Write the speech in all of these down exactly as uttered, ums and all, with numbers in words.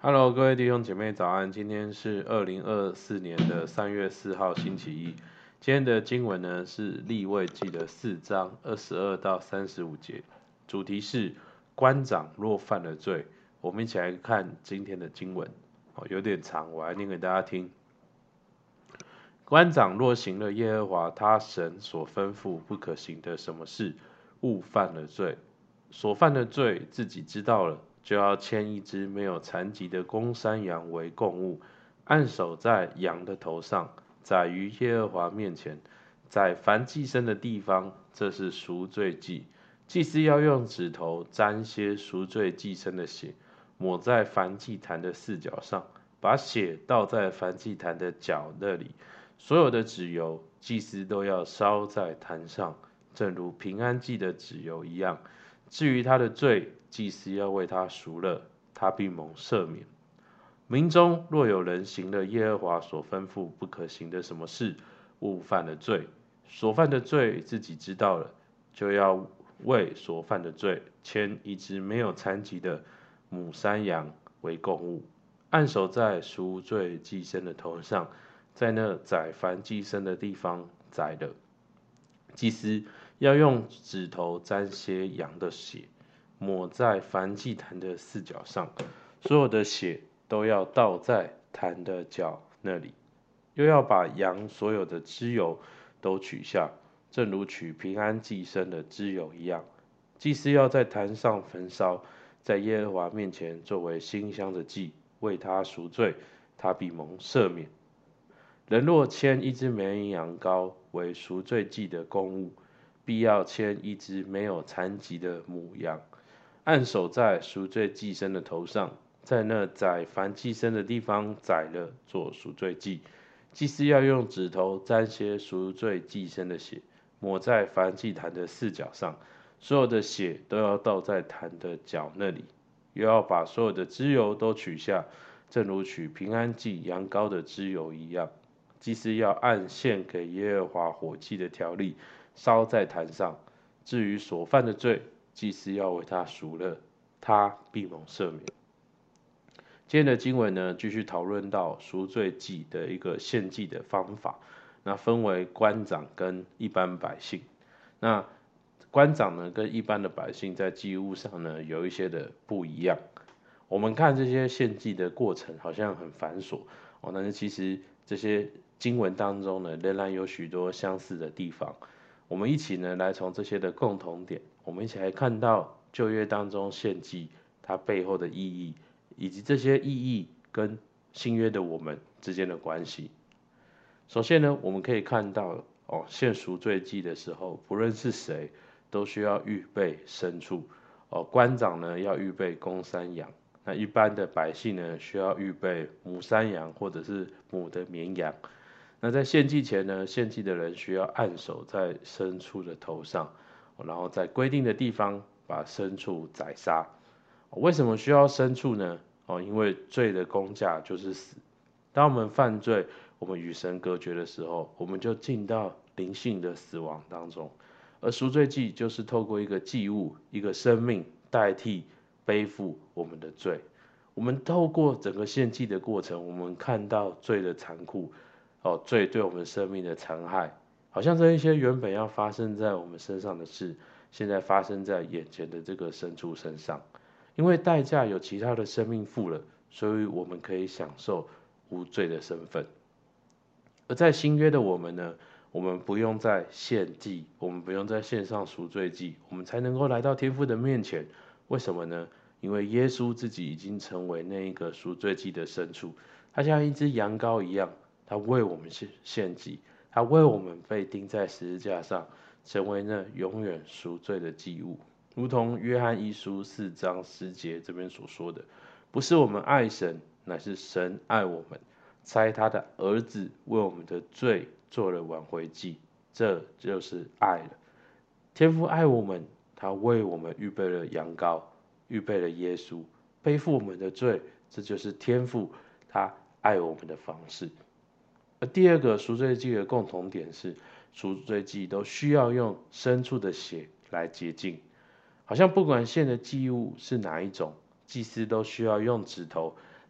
Hello，各位弟兄姐妹早安。今天是二零二四年的三月四号，星期一。今天的经文呢是利未记的四章二十二到三十五节，主题是官长若犯了罪。我们一起来看今天的经文，哦，有点长，我来念给大家听。官长若行了耶和华他神所吩咐不可行的什么事，误犯了罪，所犯的罪自己知道了，就要牵一只没有残疾的公山羊为供物，按手在羊的头上，宰于耶和华面前，在凡祭牲的地方，这是赎罪祭。祭司要用指头沾些赎罪祭牲的血，抹在燔祭坛的四角上，把血倒在燔祭坛的角那里。所有的脂油，祭司都要烧在坛上，正如平安祭的脂油一样。至于他的罪，祭司要为他赎了，他必蒙赦免。民中若有人行了耶和华所吩咐不可行的什么事，误犯了罪，所犯的罪自己知道了，就要为所犯的罪牵一只没有残疾的母山羊为供物，按手在赎罪祭牲的头上，在那宰燔祭牲的地方宰了。祭司要用指头沾些羊的血，抹在燔祭坛的四角上，所有的血都要倒在坛的角那里，又要把羊所有的脂油都取下，正如取平安祭牲的脂油一样。祭司要在坛上焚烧，在耶和华面前作为馨香的祭，为他赎罪，他必蒙赦免。人若牵一只绵羊羔为赎罪祭的供物，必要牵一只没有残疾的母羊，按手在赎罪祭牲的头上，在那宰燔祭牲的地方宰了，做赎罪祭。祭司要用指头沾些赎罪祭牲的血，抹在燔祭坛的四角上，所有的血都要倒在坛的角那里，又要把所有的脂油都取下，正如取平安祭羊羔的脂油一样。祭司要按献给耶和华火祭的条例烧在坛上。至于所犯的罪，祭司要为他赎了，他必蒙赦免。今天的经文呢，继续讨论到赎罪祭的一个献祭的方法，那分为官长跟一般百姓。那官长呢，跟一般的百姓在祭物上呢，有一些的不一样。我们看这些献祭的过程好像很繁琐哦，但是其实这些经文当中呢，仍然有许多相似的地方。我们一起呢，来从这些的共同点，我们一起来看到旧约当中献祭它背后的意义，以及这些意义跟新约的我们之间的关系。首先呢，我们可以看到哦，献赎罪祭的时候，不论是谁，都需要预备牲畜。哦，官长呢要预备公山羊，那一般的百姓呢需要预备母山羊或者是母的绵羊。那在献祭前呢，献祭的人需要按手在牲畜的头上，然后在规定的地方把牲畜宰杀。为什么需要牲畜呢？哦，因为罪的工价就是死。当我们犯罪，我们与神隔绝的时候，我们就进到灵性的死亡当中。而赎罪祭就是透过一个祭物、一个生命代替背负我们的罪。我们透过整个献祭的过程，我们看到罪的残酷，哦，罪对我们生命的残害，好像这一些原本要发生在我们身上的事，现在发生在眼前的这个牲畜身上。因为代价有其他的生命付了，所以我们可以享受无罪的身份。而在新约的我们呢，我们不用再献祭，我们不用再献上赎罪祭，我们才能够来到天父的面前。为什么呢？因为耶稣自己已经成为那一个赎罪祭的牲畜，他像一只羊羔一样，他为我们献祭，他为我们被钉在十字架上，成为那永远赎罪的祭物。如同约翰一书四章十节这边所说的，不是我们爱神，乃是神爱我们，差他的儿子为我们的罪做了挽回祭，这就是爱了。天父爱我们，他为我们预备了羊羔，预备了耶稣，背负我们的罪，这就是天父他爱我们的方式。而第二个赎罪祭的共同点是，赎罪祭都需要用牲畜的血来洁净。好像不管献的祭物是哪一种，祭司都需要用指头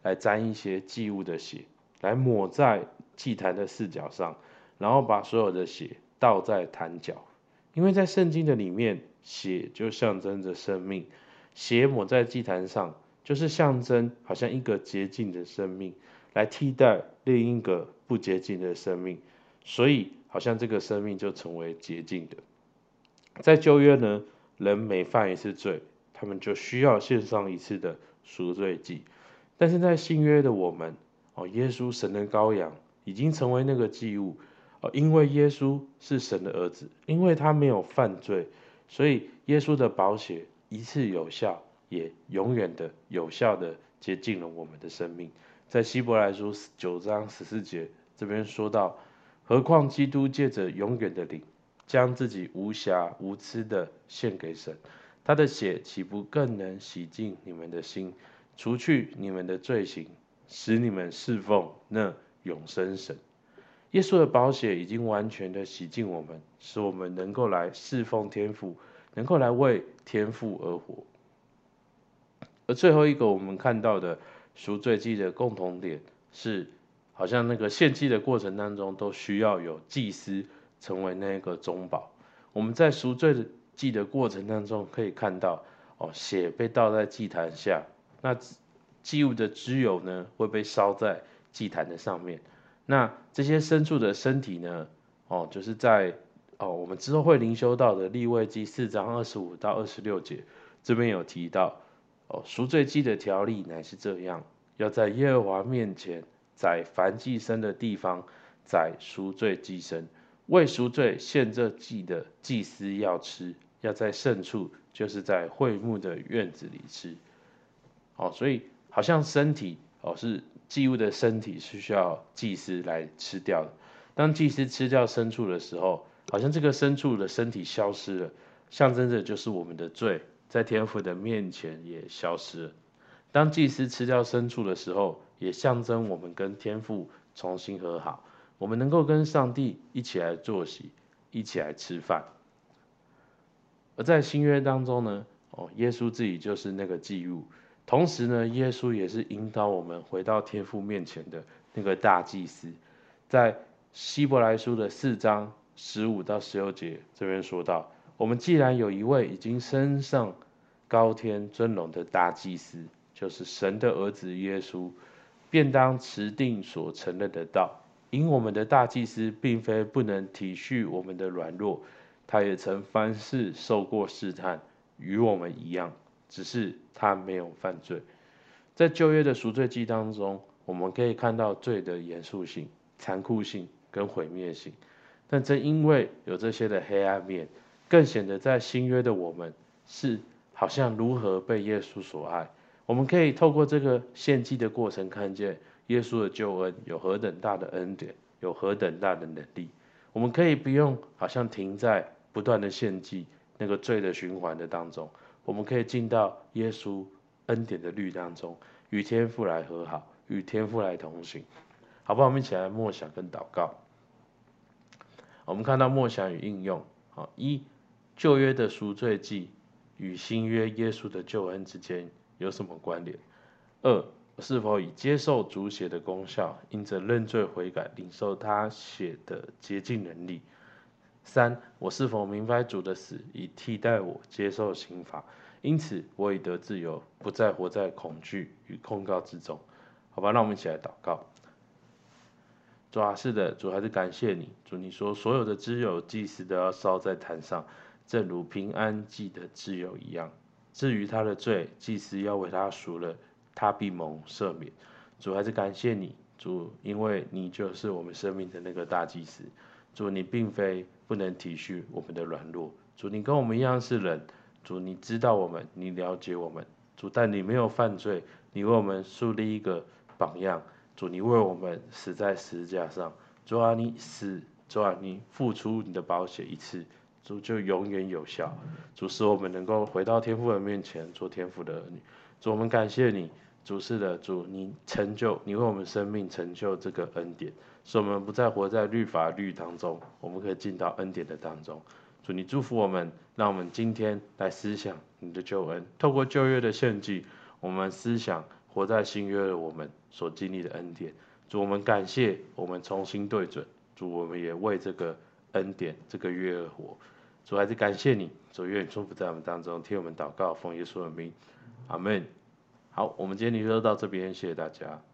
来沾一些祭物的血，来抹在祭坛的四角上，然后把所有的血倒在坛角。因为在圣经的里面，血就象征着生命，血抹在祭坛上，就是象征好像一个洁净的生命，来替代另一个不洁净的生命，所以好像这个生命就成为洁净的。在旧约呢，人每犯一次罪，他们就需要献上一次的赎罪祭。但是在新约的我们，哦，耶稣神的羔羊已经成为那个祭物，哦，因为耶稣是神的儿子，因为他没有犯罪，所以耶稣的宝血一次有效，也永远的有效的洁净了我们的生命。在希伯来书九章十四节这边说到，何况基督借着永远的灵，将自己无瑕无疵的献给神，他的血岂不更能洗净你们的心，除去你们的罪行，使你们侍奉那永生神。耶稣的宝血已经完全的洗净我们，使我们能够来侍奉天父，能够来为天父而活。而最后一个我们看到的赎罪祭的共同点是，好像那个献祭的过程当中都需要有祭司成为那个中保。我们在赎罪祭的过程当中可以看到，哦，血被倒在祭坛下，那祭物的脂油呢会被烧在祭坛的上面。那这些牲畜的身体呢，哦，就是在哦我们之后会灵修到的利未记四章二十五到二十六节，这边有提到，哦，赎罪祭的条例乃是这样：要在耶和华面前，在燔祭牲的地方宰赎罪祭牲。为赎罪献这祭的祭司要吃，要在圣处，就是在会幕的院子里吃。哦，所以好像身体哦是祭物的身体是需要祭司来吃掉的。当祭司吃掉牲畜的时候，好像这个牲畜的身体消失了，象征着就是我们的罪在天父的面前也消失了。当祭司吃掉牲畜的时候，也象征我们跟天父重新和好，我们能够跟上帝一起来坐席，一起来吃饭。而在新约当中呢，哦，耶稣自己就是那个祭物，同时呢，耶稣也是引导我们回到天父面前的那个大祭司。在希伯来书的四章十五到十六节这边说到，我们既然有一位已经升上高天尊荣的大祭司，就是神的儿子耶稣，便当持定所承认的道。因我们的大祭司并非不能体恤我们的软弱，他也曾凡事受过试探，与我们一样，只是他没有犯罪。在旧约的赎罪祭当中，我们可以看到罪的严肃性、残酷性跟毁灭性。但正因为有这些的黑暗面，更显得在新约的我们是好像如何被耶稣所爱。我们可以透过这个献祭的过程，看见耶稣的救恩有何等大的恩典，有何等大的能力。我们可以不用好像停在不断的献祭那个罪的循环的当中，我们可以进到耶稣恩典的律当中，与天父来和好，与天父来同行。好不好？我们一起来默想跟祷告。我们看到默想与应用，好，一，旧约的赎罪祭与新约耶稣的救恩之间有什么关联？二，是否以接受主血的功效，因着认罪悔改，领受他血的洁净能力？三，我是否明白主的死以替代我接受刑罚，因此我已得自由，不再活在恐惧与控告之中？好吧，让我们一起来祷告。主啊，是的，主还是感谢你，主你说所有的脂油祭司都要烧在坛上，正如平安祭的脂油一样。至于他的罪，祭司要为他赎了，他必蒙赦免。主还是感谢你，主，因为你就是我们生命的那个大祭司。主，你并非不能体恤我们的软弱，主，你跟我们一样是人，主，你知道我们，你了解我们，主，但你没有犯罪，你为我们树立一个榜样。主，你为我们死在十字架上，主啊，你死，主啊，你付出你的宝血一次，主就永远有效。主，使我们能够回到天父的面前，做天父的儿女。主，我们感谢你，主是的，主，你成就，你为我们生命成就这个恩典，使我们不再活在律法律当中，我们可以进到恩典的当中。主，你祝福我们，让我们今天来思想你的救恩，透过旧约的献祭，我们思想活在新约的我们所经历的恩典。主，我们感谢，我们重新对准。主，我们也为这个恩典、这个约而活。主，还是感谢你，主，愿你祝福在我们当中，听我们祷告，奉耶稣的名，阿门。好，我们今天就到这边，谢谢大家。